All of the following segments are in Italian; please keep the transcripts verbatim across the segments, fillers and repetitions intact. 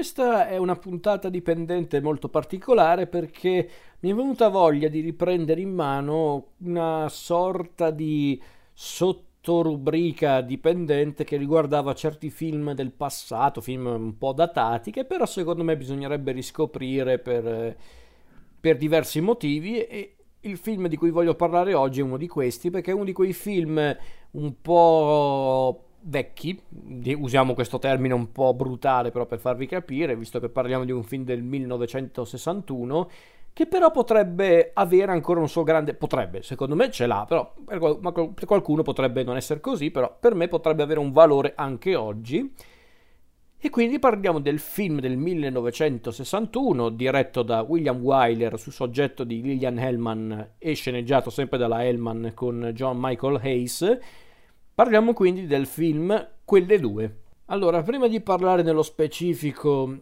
questa è una puntata dipendente molto particolare perché mi è venuta voglia di riprendere in mano una sorta di sottorubrica dipendente che riguardava certi film del passato, film un po' datati, che però secondo me bisognerebbe riscoprire per, per diversi motivi e il film di cui voglio parlare oggi è uno di questi perché è uno di quei film un po' vecchi, usiamo questo termine un po' brutale però per farvi capire, visto che parliamo di un film del millenovecentosessantuno, che però potrebbe avere ancora un suo grande, potrebbe, secondo me ce l'ha, però per, per qualcuno potrebbe non essere così, però per me potrebbe avere un valore anche oggi. E quindi parliamo del film del millenovecentosessantuno, diretto da William Wyler su soggetto di Lillian Hellman e sceneggiato sempre dalla Hellman con John Michael Hayes. Parliamo quindi del film Quelle due. Allora, prima di parlare nello specifico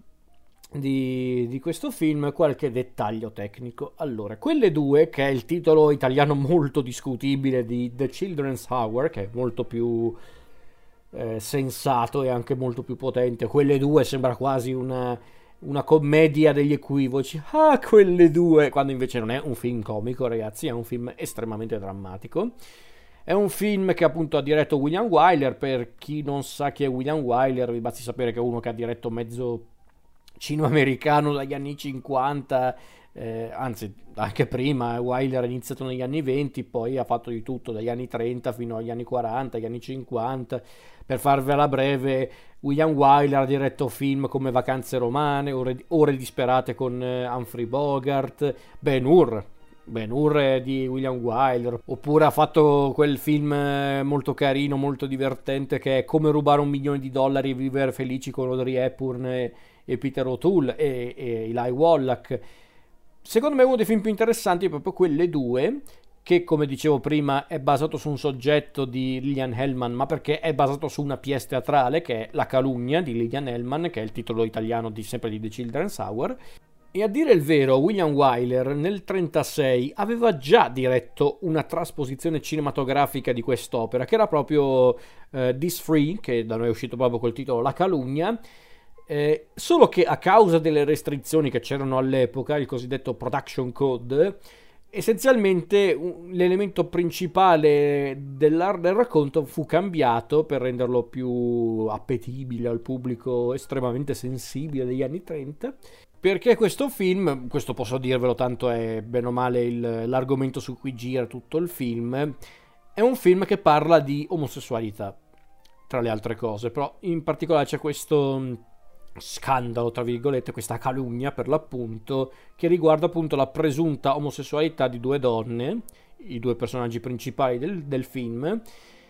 di, di questo film, qualche dettaglio tecnico. Allora, Quelle due, che è il titolo italiano molto discutibile di The Children's Hour, che è molto più eh, sensato e anche molto più potente. Quelle due sembra quasi una, una commedia degli equivoci. Ah, Quelle due! Quando invece non è un film comico, ragazzi, è un film estremamente drammatico. È un film che appunto ha diretto William Wyler. Per chi non sa chi è William Wyler, vi basti sapere che è uno che ha diretto mezzo cinema americano dagli anni cinquanta, eh, anzi anche prima. Wyler è iniziato negli anni venti, poi ha fatto di tutto dagli anni trenta fino agli anni quaranta, agli anni cinquanta. Per farvela breve, William Wyler ha diretto film come Vacanze romane, Ore, Ore disperate con eh, Humphrey Bogart, Ben-Hur, Ben-Hur di William Wyler, oppure ha fatto quel film molto carino, molto divertente che è Come rubare un milione di dollari e vivere felici con Audrey Hepburn e, e Peter O'Toole e, e Eli Wallach. Secondo me uno dei film più interessanti è proprio Quelle due, che come dicevo prima è basato su un soggetto di Lillian Hellman, ma perché è basato su una pièce teatrale che è La calunnia di Lillian Hellman, che è il titolo italiano di, sempre di The Children's Hour. E a dire il vero, William Wyler nel trentasei aveva già diretto una trasposizione cinematografica di quest'opera, che era proprio eh, This Free, che da noi è uscito proprio col titolo La calunnia, eh, solo che a causa delle restrizioni che c'erano all'epoca, il cosiddetto Production Code, essenzialmente un, l'elemento principale del racconto fu cambiato per renderlo più appetibile al pubblico estremamente sensibile degli anni trenta. Perché questo film, questo posso dirvelo, tanto è bene o male il, l'argomento su cui gira tutto il film, è un film che parla di omosessualità, tra le altre cose, però in particolare c'è questo scandalo, tra virgolette, questa calunnia per l'appunto, che riguarda appunto la presunta omosessualità di due donne, i due personaggi principali del, del film.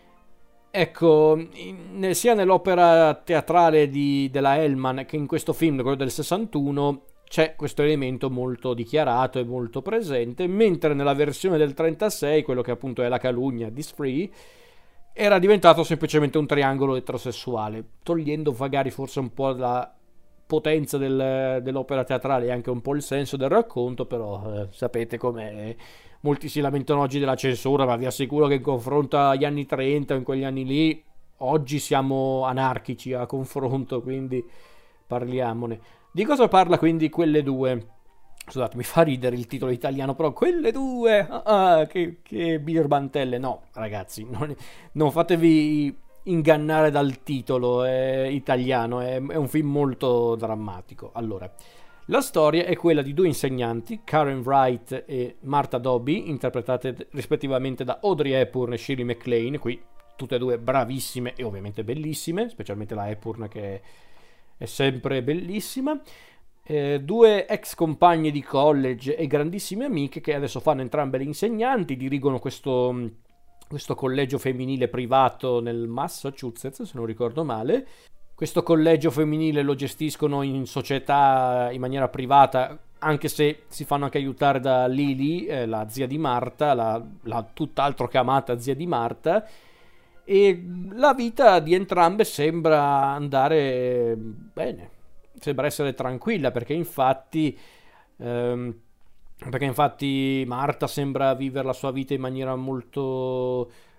Ecco, in, sia nell'opera teatrale di, della Hellman che in questo film, quello del sessantuno, c'è questo elemento molto dichiarato e molto presente, mentre nella versione del trentasei, quello che appunto è La calunnia di Spree, era diventato semplicemente un triangolo eterosessuale, togliendo magari forse un po' la potenza del, dell'opera teatrale e anche un po' il senso del racconto, però eh, sapete com'è. Molti si lamentano oggi della censura, ma vi assicuro che in confronto agli anni trenta, in quegli anni lì, oggi siamo anarchici a confronto, quindi parliamone. Di cosa parla quindi Quelle due? Scusate, mi fa ridere il titolo italiano, però Quelle due, ah, ah, che, che birbantelle. No, ragazzi, non, non fatevi ingannare dal titolo è italiano, è, è un film molto drammatico. Allora, la storia è quella di due insegnanti, Karen Wright e Martha Doby, interpretate rispettivamente da Audrey Hepburn e Shirley MacLaine, qui tutte e due bravissime e ovviamente bellissime, specialmente la Hepburn che è sempre bellissima. Eh, due ex compagne di college e grandissime amiche che adesso fanno entrambe le insegnanti, dirigono questo, questo collegio femminile privato nel Massachusetts, se non ricordo male. Questo collegio femminile lo gestiscono in società in maniera privata, anche se si fanno anche aiutare da Lily, eh, la zia di Marta, la, la tutt'altro che amata zia di Marta, e la vita di entrambe sembra andare bene, sembra essere tranquilla, perché infatti, ehm, perché infatti Marta sembra vivere la sua vita in maniera molto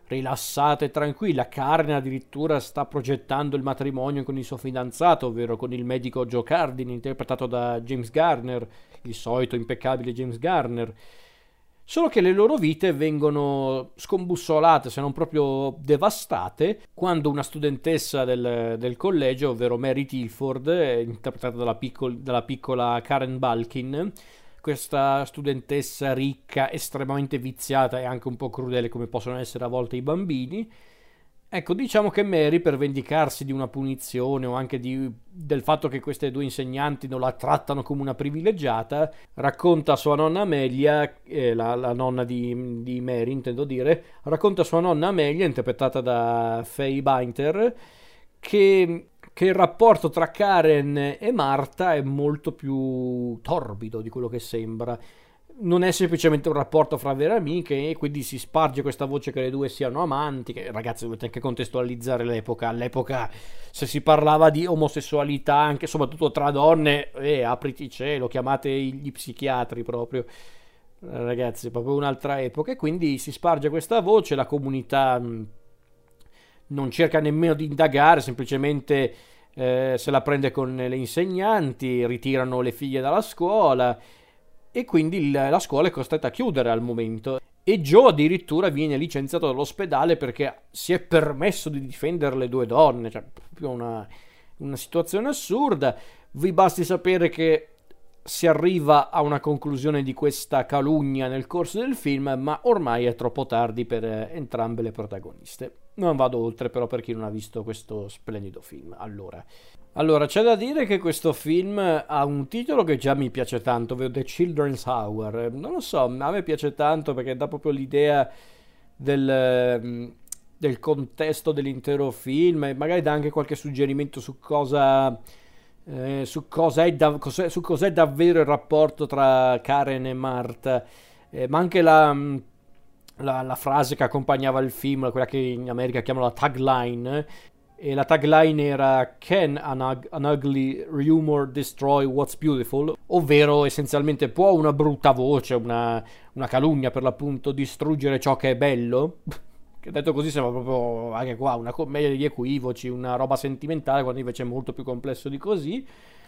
rilassata e tranquilla. Karen addirittura sta progettando il matrimonio con il suo fidanzato, ovvero con il medico Joe Cardin, interpretato da James Garner, il solito impeccabile James Garner. Solo che le loro vite vengono scombussolate, se non proprio devastate, quando una studentessa del, del collegio, ovvero Mary Tilford, interpretata dalla, piccol- dalla piccola Karen Balkin, questa studentessa ricca, estremamente viziata e anche un po' crudele come possono essere a volte i bambini. Ecco, diciamo che Mary, per vendicarsi di una punizione o anche di, del fatto che queste due insegnanti non la trattano come una privilegiata, racconta a sua nonna Amelia, eh, la, la nonna di, di Mary intendo dire, racconta a sua nonna Amelia, interpretata da Faye Bainter, che, che il rapporto tra Karen e Marta è molto più torbido di quello che sembra. Non è semplicemente un rapporto fra vere amiche, e quindi si sparge questa voce che le due siano amanti, che ragazzi dovete anche contestualizzare l'epoca. All'epoca se si parlava di omosessualità, anche soprattutto tra donne, eh, apriti cielo, chiamate gli psichiatri proprio. Ragazzi, è proprio un'altra epoca, e quindi si sparge questa voce, la comunità mh, non cerca nemmeno di indagare, semplicemente eh, se la prende con le insegnanti, ritirano le figlie dalla scuola, e quindi il, la scuola è costretta a chiudere al momento, e Joe addirittura viene licenziato dall'ospedale perché si è permesso di difendere le due donne, cioè proprio una, una situazione assurda. Vi basti sapere che si arriva a una conclusione di questa calunnia nel corso del film, ma ormai è troppo tardi per entrambe le protagoniste. Non vado oltre però per chi non ha visto questo splendido film. Allora, allora c'è da dire che questo film ha un titolo che già mi piace tanto, ovvero The Children's Hour. Non lo so, a me piace tanto perché dà proprio l'idea del, del contesto dell'intero film, e magari dà anche qualche suggerimento su cosa... Eh, su, cosa è da, cos'è, su cos'è davvero il rapporto tra Karen e Marta, eh, ma anche la, la, la frase che accompagnava il film, quella che in America chiamano la tagline, eh, e la tagline era "Can an, ug- an ugly rumor destroy what's beautiful?", ovvero essenzialmente può una brutta voce, una, una calunnia per l'appunto, distruggere ciò che è bello? Che detto così sembra proprio anche qua una commedia degli equivoci, una roba sentimentale, quando invece è molto più complesso di così.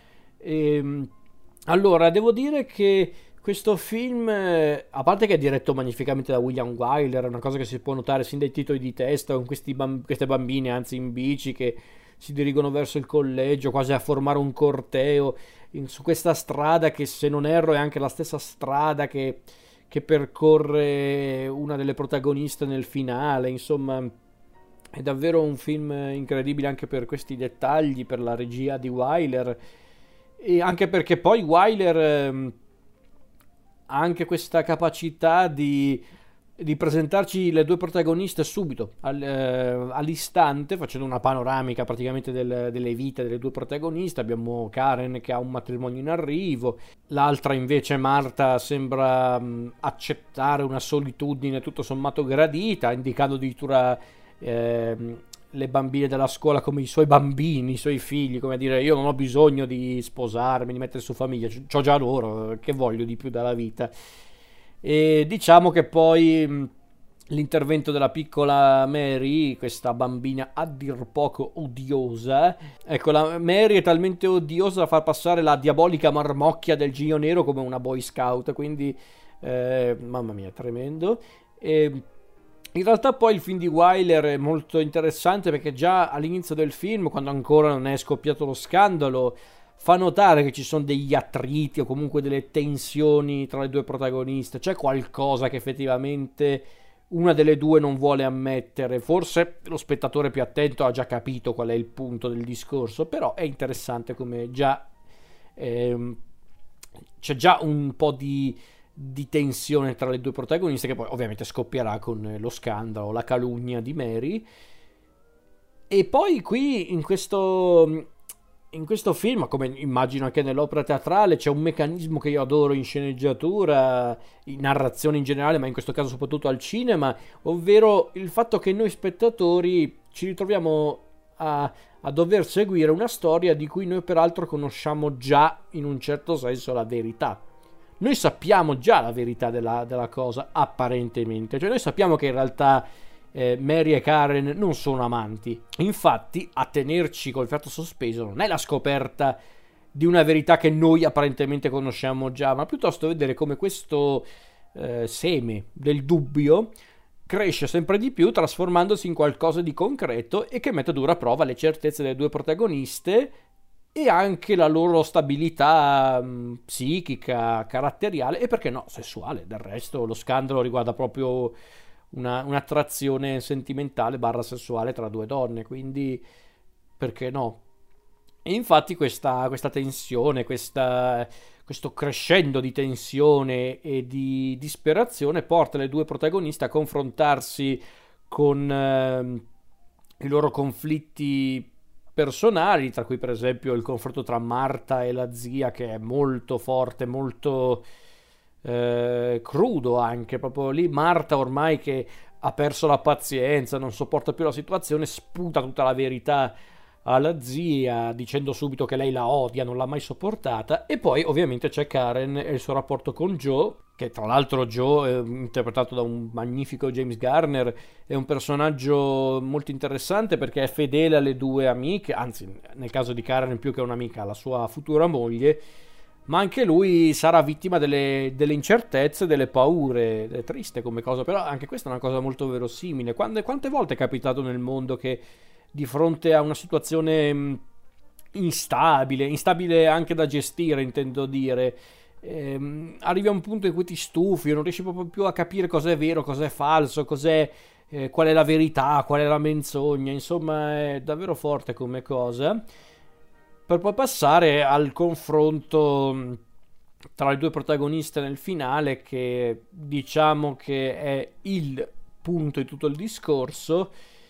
E, allora, devo dire che questo film, a parte che è diretto magnificamente da William Wyler, è una cosa che si può notare sin dai titoli di testa, con questi bamb- queste bambine, anzi in bici, che si dirigono verso il collegio, quasi a formare un corteo in, su questa strada che, se non erro, è anche la stessa strada che che percorre una delle protagoniste nel finale. Insomma, è davvero un film incredibile anche per questi dettagli, per la regia di Wyler, e anche perché poi Wyler ehm, ha anche questa capacità di, di presentarci le due protagoniste subito, al, eh, all'istante, facendo una panoramica praticamente del, delle vite delle due protagoniste. Abbiamo Karen che ha un matrimonio in arrivo, l'altra invece, Marta, sembra mh, accettare una solitudine tutto sommato gradita, indicando addirittura eh, le bambine della scuola come i suoi bambini, i suoi figli, come a dire: io non ho bisogno di sposarmi, di mettere su famiglia, c'ho già loro, che voglio di più dalla vita. E diciamo che poi mh, l'intervento della piccola Mary, questa bambina a dir poco odiosa, ecco, la Mary è talmente odiosa da far passare la diabolica marmocchia del Gigno Nero come una boy scout, quindi eh, mamma mia, tremendo. E in realtà poi il film di Wyler è molto interessante perché già all'inizio del film, quando ancora non è scoppiato lo scandalo, fa notare che ci sono degli attriti o comunque delle tensioni tra le due protagoniste. C'è qualcosa che effettivamente una delle due non vuole ammettere. Forse lo spettatore più attento ha già capito qual è il punto del discorso, però è interessante come già ehm, c'è già un po' di, di tensione tra le due protagoniste, che poi ovviamente scoppierà con lo scandalo, la calunnia di Mary. E poi qui in questo in questo film, come immagino anche nell'opera teatrale, c'è un meccanismo che io adoro in sceneggiatura, in narrazione in generale, ma in questo caso soprattutto al cinema, ovvero il fatto che noi spettatori ci ritroviamo a, a dover seguire una storia di cui noi peraltro conosciamo già in un certo senso la verità. Noi sappiamo già la verità della, della cosa, apparentemente, cioè noi sappiamo che in realtà eh, Mary e Karen non sono amanti. Infatti, a tenerci col fiato sospeso non è la scoperta di una verità che noi apparentemente conosciamo già, ma piuttosto vedere come questo eh, seme del dubbio cresce sempre di più, trasformandosi in qualcosa di concreto e che mette a dura prova le certezze delle due protagoniste e anche la loro stabilità mh, psichica, caratteriale e perché no, sessuale. Del resto lo scandalo riguarda proprio una, un'attrazione sentimentale barra sessuale tra due donne, quindi perché no? E infatti questa, questa tensione, questa, questo crescendo di tensione e di disperazione porta le due protagoniste a confrontarsi con eh, i loro conflitti personali, tra cui per esempio il confronto tra Marta e la zia che è molto forte, molto eh, crudo anche, proprio lì Marta ormai che ha perso la pazienza, non sopporta più la situazione, sputa tutta la verità alla zia dicendo subito che lei la odia, non l'ha mai sopportata. E poi ovviamente c'è Karen e il suo rapporto con Joe, che tra l'altro Joe, eh, interpretato da un magnifico James Garner, è un personaggio molto interessante perché è fedele alle due amiche, anzi nel caso di Karen più che un'amica, alla sua futura moglie, ma anche lui sarà vittima delle, delle incertezze, delle paure. È triste come cosa, però anche questa è una cosa molto verosimile. Quante, quante volte è capitato nel mondo che di fronte a una situazione mh, instabile, instabile anche da gestire, intendo dire, ehm, arrivi a un punto in cui ti stufi, non riesci proprio più a capire cos'è vero, cos'è falso, cos'è, eh, qual è la verità, qual è la menzogna, insomma è davvero forte come cosa, per poi passare al confronto mh, tra le due protagoniste nel finale, che diciamo che è il punto di tutto il discorso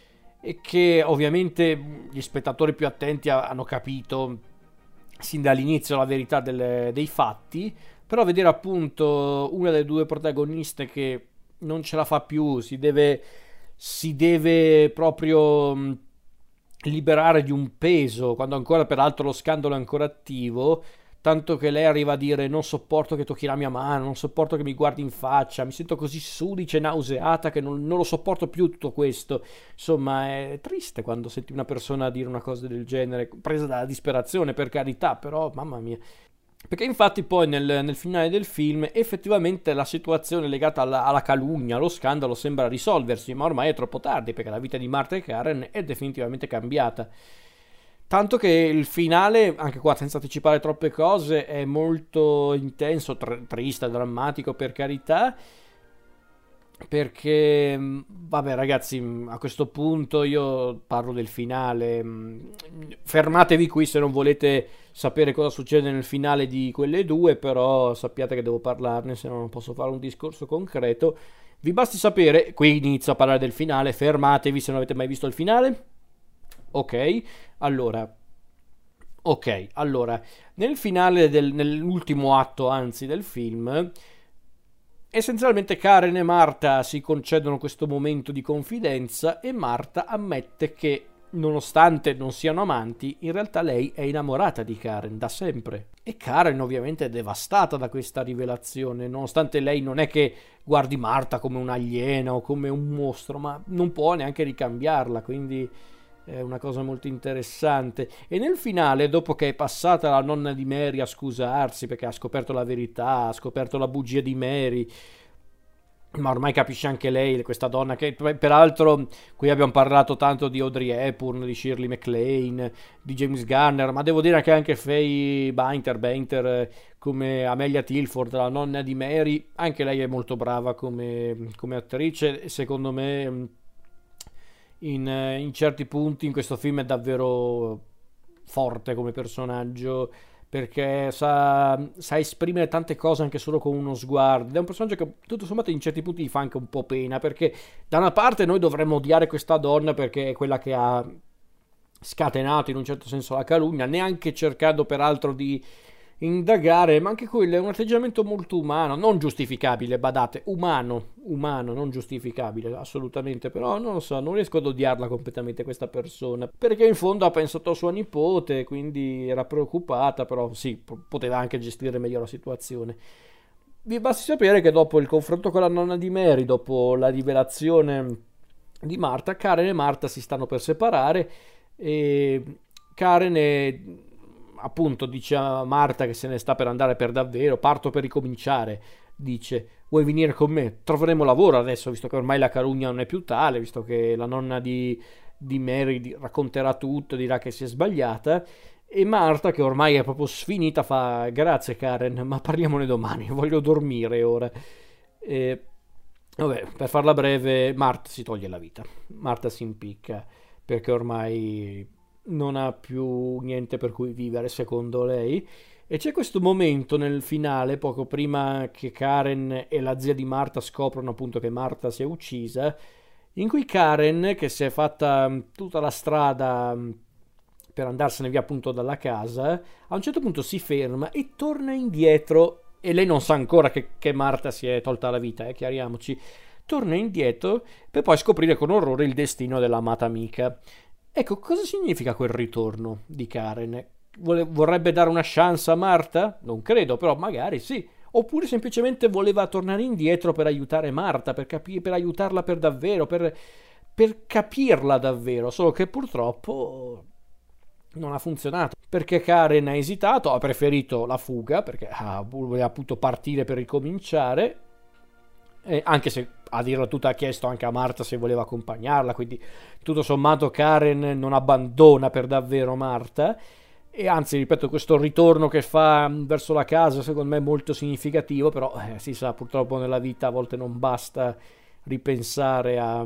e che ovviamente gli spettatori più attenti hanno capito sin dall'inizio la verità delle, dei fatti, però vedere appunto una delle due protagoniste che non ce la fa più, si deve, si deve proprio mh, liberare di un peso, quando ancora peraltro lo scandalo è ancora attivo, tanto che lei arriva a dire non sopporto che tocchi la mia mano, non sopporto che mi guardi in faccia, mi sento così sudice e nauseata che non, non lo sopporto più tutto questo. Insomma è triste quando senti una persona dire una cosa del genere, presa dalla disperazione per carità, però mamma mia. Perché infatti poi nel, nel finale del film effettivamente la situazione legata alla, alla calunnia, allo scandalo sembra risolversi, ma ormai è troppo tardi perché la vita di Marta e Karen è definitivamente cambiata. Tanto che il finale, anche qua senza anticipare troppe cose, è molto intenso, tr- triste, drammatico per carità, perché, mh, vabbè ragazzi, mh, a questo punto io parlo del finale, mh, fermatevi qui se non volete sapere cosa succede nel finale di quelle due, però sappiate che devo parlarne, se no non posso fare un discorso concreto. Vi basti sapere, qui inizio a parlare del finale, fermatevi se non avete mai visto il finale. Ok, allora, ok, allora, nel finale del, nell'ultimo atto, anzi, del film, essenzialmente Karen e Marta si concedono questo momento di confidenza e Marta ammette che, nonostante non siano amanti, in realtà lei è innamorata di Karen da sempre. E Karen ovviamente è devastata da questa rivelazione, nonostante lei non è che guardi Marta come un'aliena o come un mostro, ma non può neanche ricambiarla, quindi è una cosa molto interessante. E nel finale, dopo che è passata la nonna di Mary a scusarsi perché ha scoperto la verità, ha scoperto la bugia di Mary, ma ormai capisce anche lei, questa donna che peraltro qui abbiamo parlato tanto di Audrey Hepburn, di Shirley MacLaine, di James Garner, ma devo dire che anche Faye Bainter, Bainter come Amelia Tilford, la nonna di Mary, anche lei è molto brava come, come attrice e secondo me in, in certi punti in questo film è davvero forte come personaggio, perché sa, sa esprimere tante cose anche solo con uno sguardo. Ed è un personaggio che tutto sommato in certi punti fa anche un po' pena, perché da una parte noi dovremmo odiare questa donna perché è quella che ha scatenato in un certo senso la calunnia, neanche cercando peraltro di indagare, ma anche quello è un atteggiamento molto umano, non giustificabile, badate, umano, umano, non giustificabile, assolutamente, però non lo so, non riesco ad odiarla completamente questa persona, perché in fondo ha pensato a sua nipote, quindi era preoccupata, però sì, poteva anche gestire meglio la situazione. Vi basti sapere che dopo il confronto con la nonna di Mary, dopo la rivelazione di Marta. Karen e Marta si stanno per separare e Karen è, appunto dice a Marta che se ne sta per andare per davvero, parto per ricominciare, dice vuoi venire con me? Troveremo lavoro adesso, visto che ormai la carugna non è più tale, visto che la nonna di, di Mary racconterà tutto, dirà che si è sbagliata. E Marta, che ormai è proprio sfinita, fa grazie Karen, ma parliamone domani, voglio dormire ora. E, vabbè, per farla breve, Marta si toglie la vita. Marta si impicca perché ormai non ha più niente per cui vivere, secondo lei. E c'è questo momento nel finale, poco prima che Karen e la zia di Marta scoprono appunto che Marta si è uccisa, in cui Karen, che si è fatta mh, tutta la strada mh, per andarsene via appunto dalla casa, a un certo punto si ferma e torna indietro. E lei non sa ancora che, che Marta si è tolta la vita, eh, chiariamoci. Torna indietro per poi scoprire con orrore il destino dell'amata amica. Ecco, cosa significa quel ritorno di Karen? Vole- vorrebbe dare una chance a Marta? Non credo, però magari sì. Oppure semplicemente voleva tornare indietro per aiutare Marta, per, capi- per aiutarla per davvero, per, per capirla davvero. Solo che purtroppo non ha funzionato perché Karen ha esitato, ha preferito la fuga perché ah, voleva appunto partire per ricominciare, e anche se a dirla tutta ha chiesto anche a Marta se voleva accompagnarla, quindi tutto sommato Karen non abbandona per davvero Marta. E anzi, ripeto, questo ritorno che fa verso la casa secondo me è molto significativo, però eh, si sa, purtroppo nella vita a volte non basta ripensare a,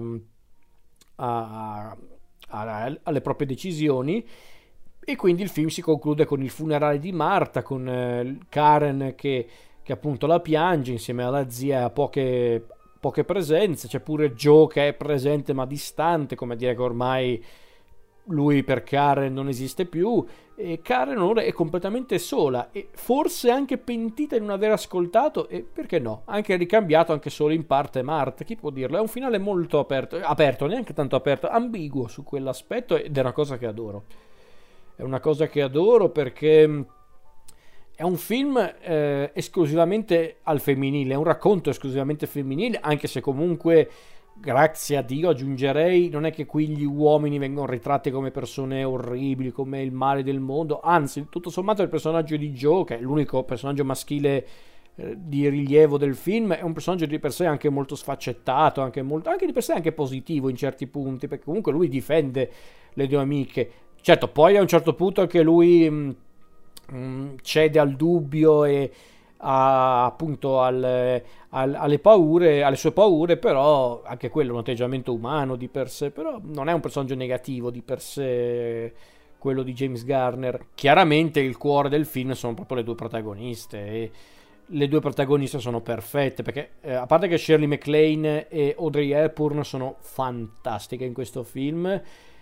a, a, alle proprie decisioni. E quindi il film si conclude con il funerale di Marta, con eh, Karen che, che appunto la piange insieme alla zia, a poche, poche presenze. C'è pure Joe che è presente ma distante, come a dire che ormai lui per Karen non esiste più. E Karen ora è completamente sola e forse anche pentita di non aver ascoltato e perché no, anche ricambiato anche solo in parte Marta, chi può dirlo? È un finale molto aperto, aperto, neanche tanto aperto, ambiguo su quell'aspetto ed è una cosa che adoro. È una cosa che adoro perché è un film eh, esclusivamente al femminile, è un racconto esclusivamente femminile, anche se comunque, grazie a Dio, aggiungerei, non è che qui gli uomini vengono ritratti come persone orribili, come il male del mondo, anzi, tutto sommato il personaggio di Joe, che è l'unico personaggio maschile eh, di rilievo del film, è un personaggio di per sé anche molto sfaccettato, anche, molto, anche di per sé anche positivo in certi punti, perché comunque lui difende le due amiche. Certo, poi a un certo punto anche lui mh, mh, cede al dubbio e a, appunto al, al, alle paure, alle sue paure, però anche quello è un atteggiamento umano di per sé, però non è un personaggio negativo di per sé quello di James Garner. Chiaramente il cuore del film sono proprio le due protagoniste e le due protagoniste sono perfette perché eh, a parte che Shirley MacLaine e Audrey Hepburn sono fantastiche in questo film.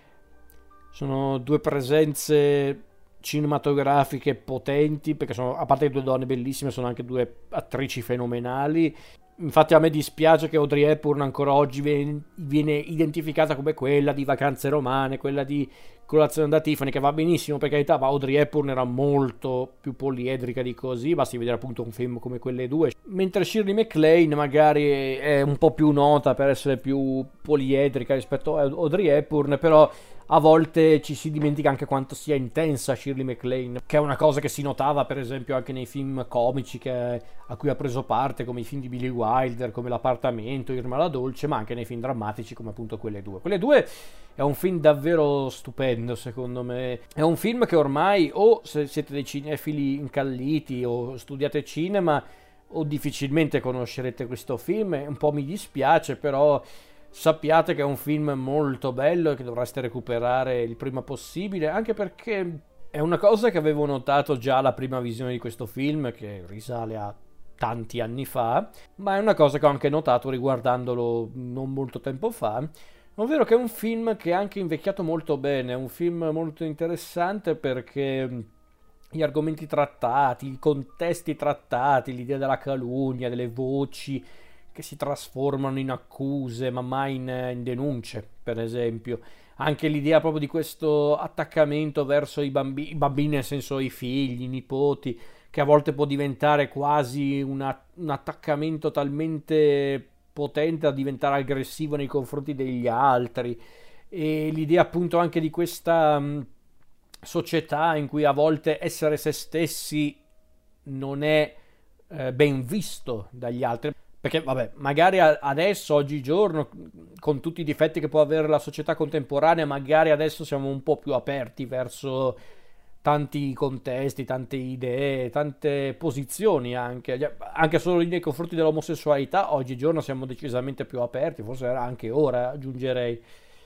Sono due presenze cinematografiche potenti, perché sono, a parte che due donne bellissime, sono anche due attrici fenomenali. Infatti a me dispiace che Audrey Hepburn ancora oggi viene, viene identificata come quella di Vacanze Romane, quella di Colazione da Tiffany, che va benissimo per carità, ma Audrey Hepburn era molto più poliedrica di così, basti vedere appunto un film come quelle due. Mentre Shirley MacLaine magari è un po' più nota per essere più poliedrica rispetto a Audrey Hepburn, però a volte ci si dimentica anche quanto sia intensa Shirley MacLaine, che è una cosa che si notava per esempio anche nei film comici che, a cui ha preso parte, come i film di Billy Wilder, come L'appartamento, Irma la Dolce, ma anche nei film drammatici come appunto quelle due. Quelle due è un film davvero stupendo, secondo me. È un film che ormai, o se siete dei cinefili incalliti o studiate cinema, o difficilmente conoscerete questo film. Un po' mi dispiace, però sappiate che è un film molto bello e che dovreste recuperare il prima possibile, anche perché è una cosa che avevo notato già alla prima visione di questo film, che risale a tanti anni fa, ma è una cosa che ho anche notato riguardandolo non molto tempo fa, ovvero che è un film che è anche invecchiato molto bene, è un film molto interessante perché gli argomenti trattati, i contesti trattati, l'idea della calunnia, delle voci che si trasformano in accuse ma mai in, in denunce, per esempio. Anche l'idea proprio di questo attaccamento verso i bambini, i bambini nel senso i figli, i nipoti, che a volte può diventare quasi una, un attaccamento talmente potente da diventare aggressivo nei confronti degli altri, e l'idea appunto anche di questa mh, società in cui a volte essere se stessi non è eh, ben visto dagli altri. Perché, vabbè, magari a- adesso, oggigiorno, con tutti i difetti che può avere la società contemporanea, magari adesso siamo un po' più aperti verso tanti contesti, tante idee, tante posizioni anche, anche solo nei confronti dell'omosessualità, oggigiorno siamo decisamente più aperti, forse era anche ora, aggiungerei.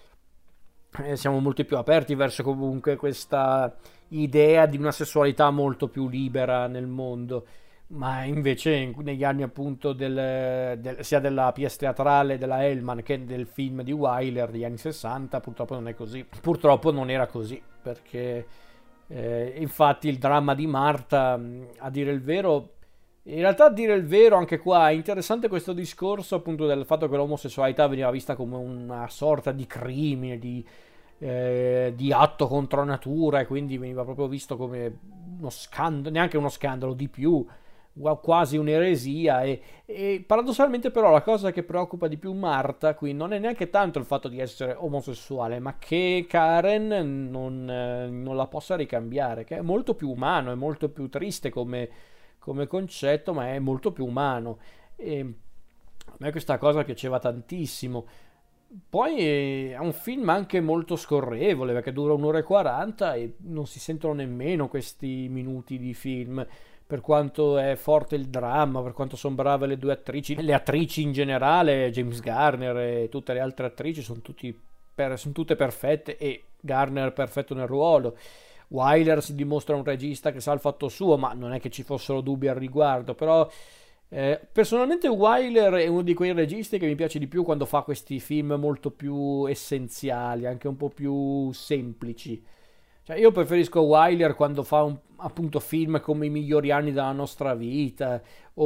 Eh, siamo molto più aperti verso comunque questa idea di una sessualità molto più libera nel mondo. Ma invece in- negli anni appunto del, del- sia della pièce teatrale della Hellman che del film di Wyler degli anni sessanta, purtroppo non è così. Purtroppo non era così, perché eh, infatti il dramma di Marta, mh, a dire il vero, in realtà a dire il vero anche qua è interessante questo discorso appunto del fatto che l'omosessualità veniva vista come una sorta di crimine, di, eh, di atto contro natura, e quindi veniva proprio visto come uno scandalo, neanche uno scandalo, di più, qua- quasi un'eresia. E, e paradossalmente però la cosa che preoccupa di più Marta qui non è neanche tanto il fatto di essere omosessuale, ma che Karen non, eh, non la possa ricambiare, che è molto più umano, è molto più triste come, come concetto, ma è molto più umano. E a me questa cosa piaceva tantissimo. Poi eh, è un film anche molto scorrevole, perché dura un'ora e quaranta e non si sentono nemmeno questi minuti di film, per quanto è forte il dramma, per quanto sono brave le due attrici. Le attrici in generale, James Garner e tutte le altre attrici, sono, tutti per- sono tutte perfette, e Garner perfetto nel ruolo. Wyler si dimostra un regista che sa il fatto suo, ma non è che ci fossero dubbi al riguardo. Però eh, personalmente Wyler è uno di quei registi che mi piace di più quando fa questi film molto più essenziali, anche un po' più semplici. Cioè, io preferisco Wyler quando fa un, appunto film come I migliori anni della nostra vita,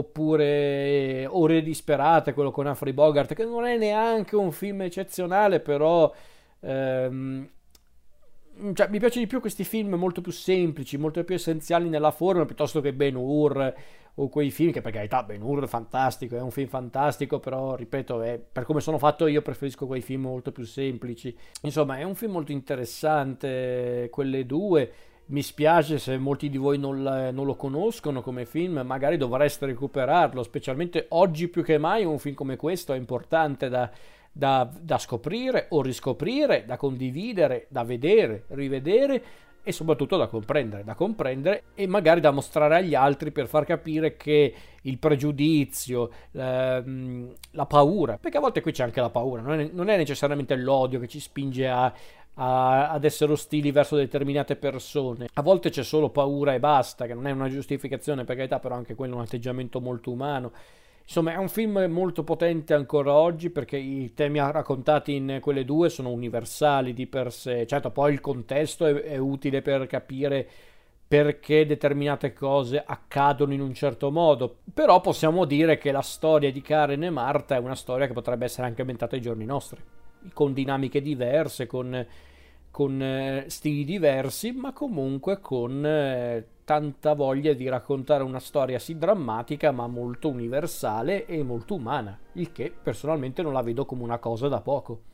oppure Ore disperate, quello con Humphrey Bogart, che non è neanche un film eccezionale, però ehm, cioè, mi piace di più questi film molto più semplici, molto più essenziali nella forma, piuttosto che Ben-Hur o quei film che, per carità, Ben-Hur è fantastico, è un film fantastico, però ripeto, è- per come sono fatto io preferisco quei film molto più semplici. Insomma, è un film molto interessante, quelle due. Mi spiace se molti di voi non, la- non lo conoscono come film, magari dovreste recuperarlo, specialmente oggi più che mai un film come questo è importante da, da- da scoprire o riscoprire, da condividere, da vedere, rivedere, e soprattutto da comprendere, da comprendere e magari da mostrare agli altri, per far capire che il pregiudizio, ehm, la paura, perché a volte qui c'è anche la paura, non è, non è necessariamente l'odio che ci spinge a, a- ad essere ostili verso determinate persone, a volte c'è solo paura e basta, che non è una giustificazione, per carità, però anche quello è un atteggiamento molto umano. Insomma, è un film molto potente ancora oggi, perché i temi raccontati in quelle due sono universali di per sé. Certo, poi il contesto è, è utile per capire perché determinate cose accadono in un certo modo. Però possiamo dire che la storia di Karen e Marta è una storia che potrebbe essere anche ambientata ai giorni nostri, con dinamiche diverse, con, con eh, stili diversi, ma comunque con eh, tanta voglia di raccontare una storia sì drammatica, ma molto universale e molto umana, il che personalmente non la vedo come una cosa da poco.